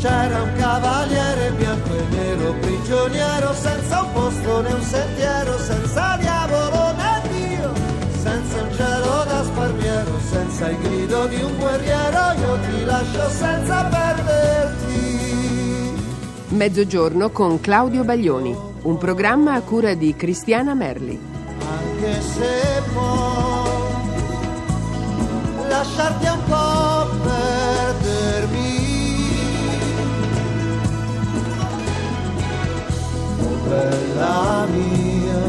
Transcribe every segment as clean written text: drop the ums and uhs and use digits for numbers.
C'era un cavaliere bianco e nero, prigioniero, senza un posto né un sentiero, senza diavolo né Dio, senza un cielo da sparviero, senza il grido di un guerriero, io ti lascio senza perderti. Mezzogiorno con Claudio Baglioni, un programma a cura di Cristiana Merli. Anche se può lasciarti un po' perdermi. Bella mia,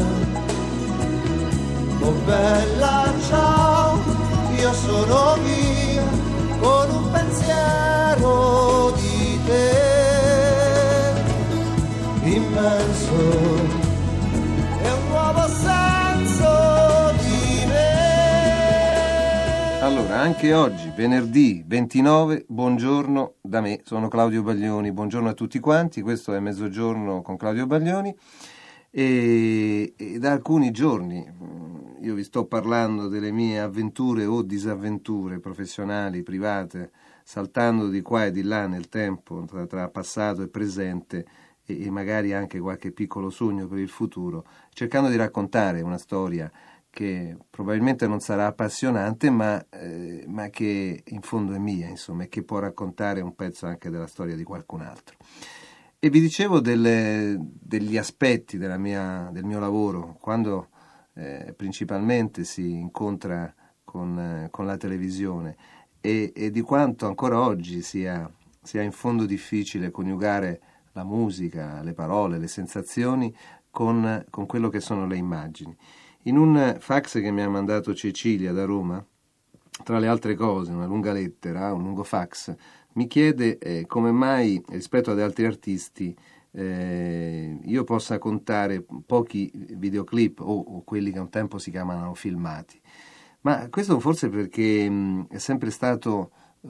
oh bella ciao, io sono mia con un pensiero di te immenso e un nuovo senso di me. Allora, anche oggi, venerdì 29, buongiorno da me, sono Claudio Baglioni, buongiorno a tutti quanti, questo è Mezzogiorno con Claudio Baglioni e da alcuni giorni io vi sto parlando delle mie avventure o disavventure professionali, private, saltando di qua e di là nel tempo, tra passato e presente e magari anche qualche piccolo sogno per il futuro, cercando di raccontare una storia che probabilmente non sarà appassionante, ma che in fondo è mia, insomma, e che può raccontare un pezzo anche della storia di qualcun altro. E vi dicevo degli aspetti del mio lavoro, quando principalmente si incontra con la televisione e di quanto ancora oggi sia in fondo difficile coniugare la musica, le parole, le sensazioni con quello che sono le immagini. In un fax che mi ha mandato Cecilia da Roma, tra le altre cose, una lunga lettera, un lungo fax, mi chiede come mai rispetto ad altri artisti io possa contare pochi videoclip o quelli che un tempo si chiamavano filmati. Ma questo forse perché è sempre stato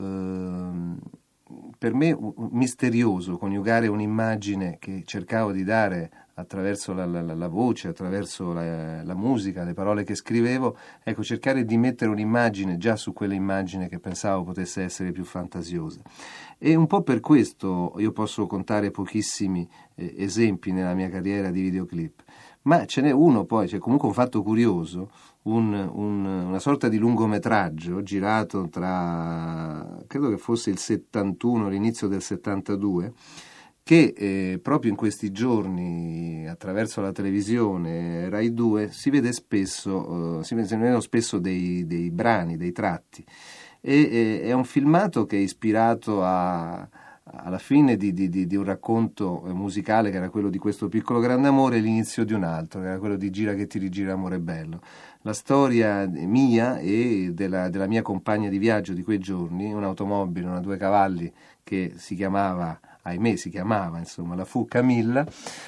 per me misterioso coniugare un'immagine che cercavo di dare attraverso la voce, attraverso la musica, le parole che scrivevo, ecco, cercare di mettere un'immagine già su quell'immagine che pensavo potesse essere più fantasiosa. E un po' per questo io posso contare pochissimi esempi nella mia carriera di videoclip, ma ce n'è uno poi, c'è comunque un fatto curioso, una sorta di lungometraggio girato credo che fosse il 71, l'inizio del 72, che proprio in questi giorni attraverso la televisione Rai 2 si vedono spesso dei brani, dei tratti, e è un filmato che è ispirato alla fine di un racconto musicale che era quello di Questo piccolo grande amore e l'inizio di un altro, che era quello di Gira che ti rigira amore bello. La storia mia e della mia compagna di viaggio di quei giorni, un'automobile, una 2 cavalli che si chiamava, insomma, la fu Camilla,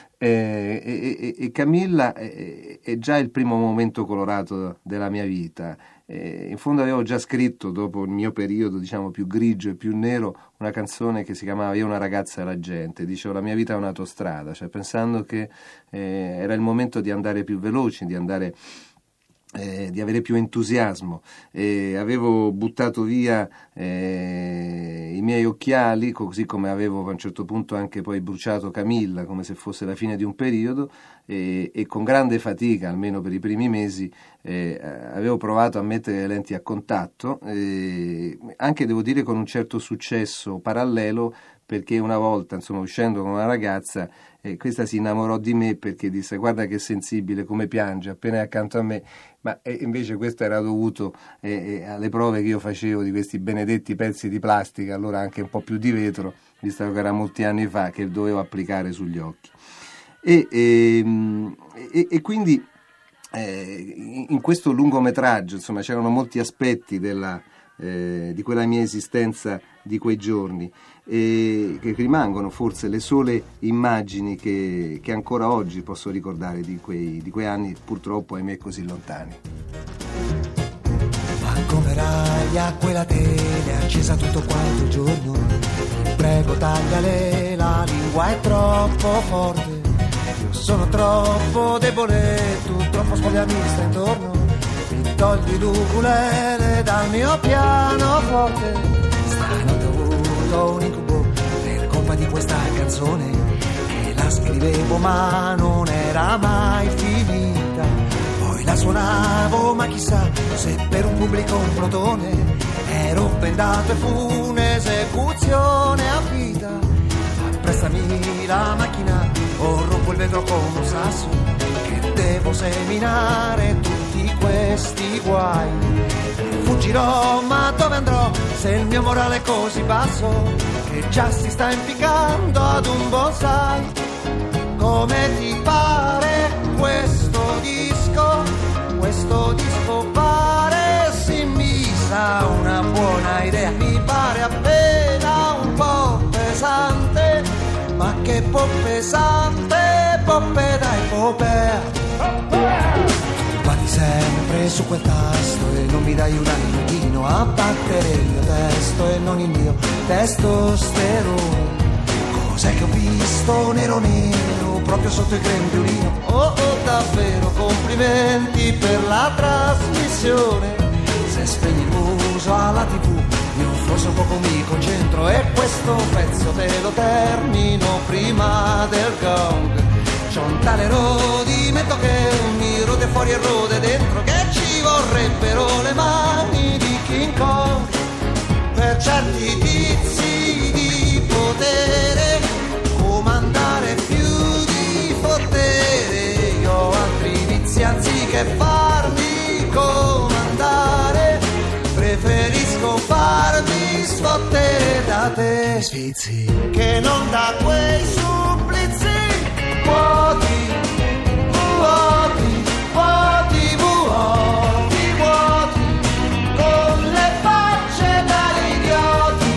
e Camilla è già il primo momento colorato della mia vita. In fondo avevo già scritto, dopo il mio periodo diciamo più grigio e più nero, una canzone che si chiamava Io una ragazza e la gente. Dicevo, la mia vita è un'autostrada, cioè pensando che era il momento di andare più veloci, di avere più entusiasmo. Avevo buttato via i miei occhiali, così come avevo a un certo punto anche poi bruciato Camilla, come se fosse la fine di un periodo, e con grande fatica, almeno per i primi mesi, avevo provato a mettere le lenti a contatto, anche devo dire con un certo successo parallelo, perché una volta, insomma, uscendo con una ragazza, questa si innamorò di me perché disse: guarda che sensibile, come piange appena è accanto a me. Ma invece questo era dovuto alle prove che io facevo di questi benedetti pezzi di plastica, allora anche un po' più di vetro, visto che era molti anni fa, che dovevo applicare sugli occhi. E quindi in questo lungometraggio, insomma, c'erano molti aspetti di quella mia esistenza di quei giorni, che rimangono forse le sole immagini che ancora oggi posso ricordare di quei anni, purtroppo ahimè così lontani. Ma come Rai a quella tele accesa tutto quanto giorno, prego tagliale, la lingua è troppo forte, io sono troppo debole, tu troppo spogliamista intorno, mi togli l'ukulele dal mio pianoforte, stanotte ho avuto un incubo per colpa canzone che la scrivevo ma non era mai finita. Poi la suonavo ma chissà se per un pubblico un plotone ero bendato e fu un'esecuzione a vita. Prestami la macchina o rompo il vetro con un sasso, che devo seminare tutti questi guai. Fuggirò, ma dove andrò se il mio morale è così basso, che già si sta impiccando ad un bonsai? Come ti pare questo disco? Questo disco pare sì, mi sa una buona idea. Mi pare appena un po' pesante, ma che po' pesante, poppe da epopea. Guardi sempre su quel tasto e non mi dai un aiutino a battere il mio testo e non il mio testosterone. Cos'è che ho visto nero nero proprio sotto il grembiulino? Oh oh, davvero complimenti per la trasmissione. Se spegni il muso alla TV io forse un poco mi concentro e questo pezzo te lo termino prima del gong. C'ho un tale rodimento che mi rode fuori e rode dentro, che ci vorrebbero le mani di King Kong per certi tizi di potere, comandare più di potere. Io ho altri vizi anziché farmi comandare, preferisco farmi sfottere da te. Sfizi che non da quei supplizi vuoti, vuoti, vuoti, vuoti, vuoti, con le facce da idioti.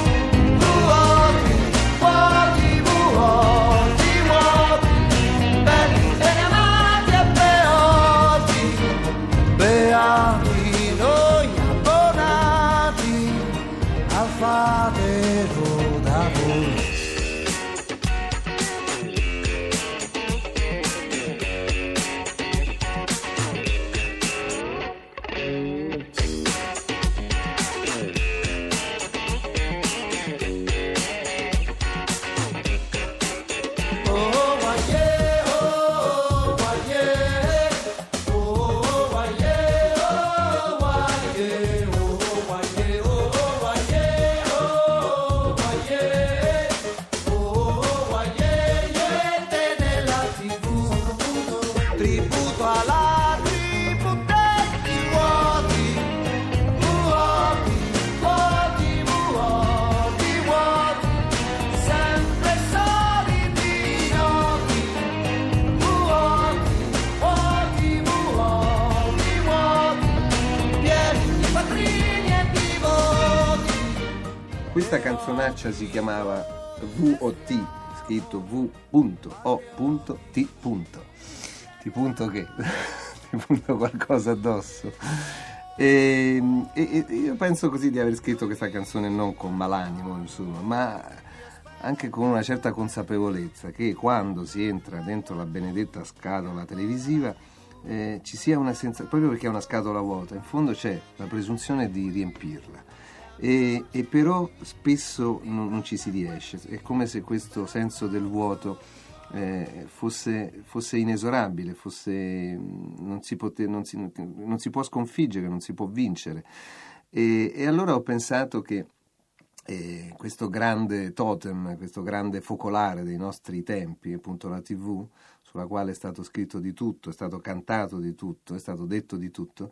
Vuoti, vuoti, vuoti, vuoti, belli, bene amati e beati, beati noi abbonati al fatero da voi. Tributo alla tribù degli vuoti, vuoti, vuoti, vuoti, vuoti, sempre soliti noti. Vuoti, vuoti, vuoti, vuoti, pieni di quattrini e di voti. Questa canzonaccia si chiamava VOT, scritto V.O.T. Ti punto che ti punto qualcosa addosso. E io penso così di aver scritto questa canzone non con malanimo, insomma, ma anche con una certa consapevolezza che quando si entra dentro la benedetta scatola televisiva ci sia una sensazione, proprio perché è una scatola vuota, in fondo c'è la presunzione di riempirla. E però spesso non ci si riesce, è come se questo senso del vuoto fosse inesorabile, non si può sconfiggere, non si può vincere. E allora ho pensato che questo grande totem, questo grande focolare dei nostri tempi, appunto la TV, sulla quale è stato scritto di tutto, è stato cantato di tutto, è stato detto di tutto,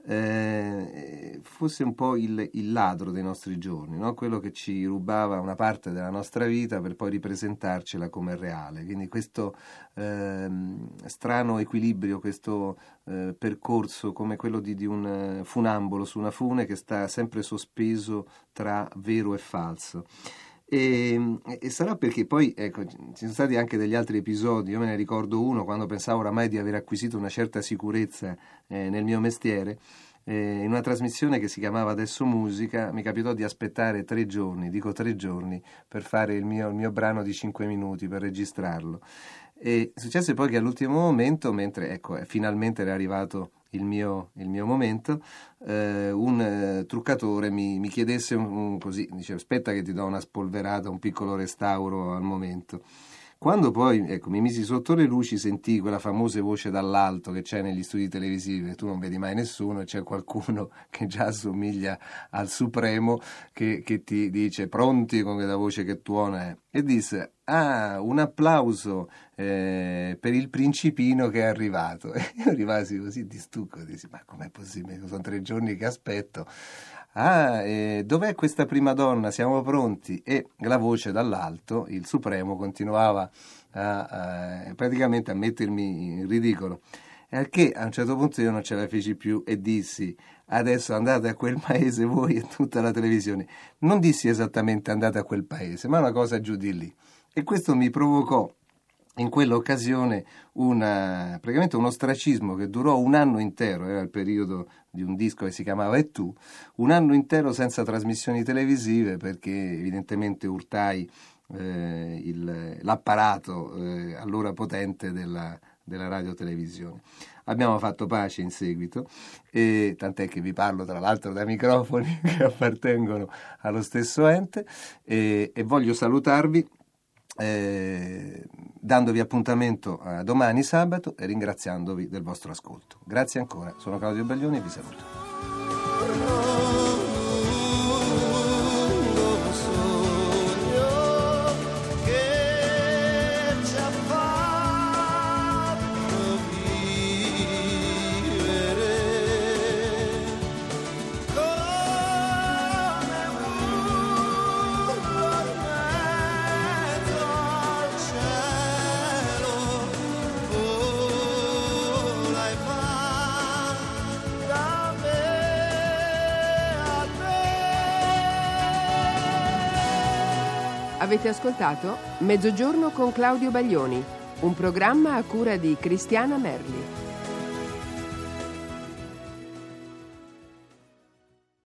fosse un po' il ladro dei nostri giorni, no? Quello che ci rubava una parte della nostra vita per poi ripresentarcela come reale. Quindi questo strano equilibrio, questo percorso come quello di un funambolo su una fune che sta sempre sospeso tra vero e falso. E sarà perché poi, ecco, ci sono stati anche degli altri episodi. Io me ne ricordo uno quando pensavo oramai di aver acquisito una certa sicurezza nel mio mestiere. In una trasmissione che si chiamava Adesso Musica mi capitò di aspettare 3 giorni, dico 3 giorni, per fare il mio brano di 5 minuti, per registrarlo. E successe poi che all'ultimo momento, mentre finalmente era arrivato il mio momento, un truccatore mi chiedesse così, dice aspetta che ti do una spolverata, un piccolo restauro al momento. Quando poi mi misi sotto le luci, sentii quella famosa voce dall'alto che c'è negli studi televisivi, tu non vedi mai nessuno e c'è qualcuno che già assomiglia al Supremo che ti dice pronti, con quella voce che tuona, e disse un applauso per il principino che è arrivato. E io rimasi così di stucco, dissi ma com'è possibile, sono 3 giorni che aspetto. Dov'è questa prima donna? Siamo pronti? E la voce dall'alto, il Supremo, continuava praticamente a mettermi in ridicolo. Che a un certo punto io non ce la feci più e dissi adesso andate a quel paese voi e tutta la televisione. Non dissi esattamente andate a quel paese, ma una cosa giù di lì. E questo mi provocò in quell'occasione praticamente un ostracismo che durò un anno intero, era il periodo di un disco che si chiamava E tu, un anno intero senza trasmissioni televisive perché evidentemente urtai l'apparato allora potente della radiotelevisione. Abbiamo fatto pace in seguito, tant'è che vi parlo tra l'altro da microfoni che appartengono allo stesso ente, e voglio salutarvi dandovi appuntamento a domani sabato e ringraziandovi del vostro ascolto. Grazie ancora, sono Claudio Baglioni e vi saluto. Avete ascoltato Mezzogiorno con Claudio Baglioni, un programma a cura di Cristiana Merli.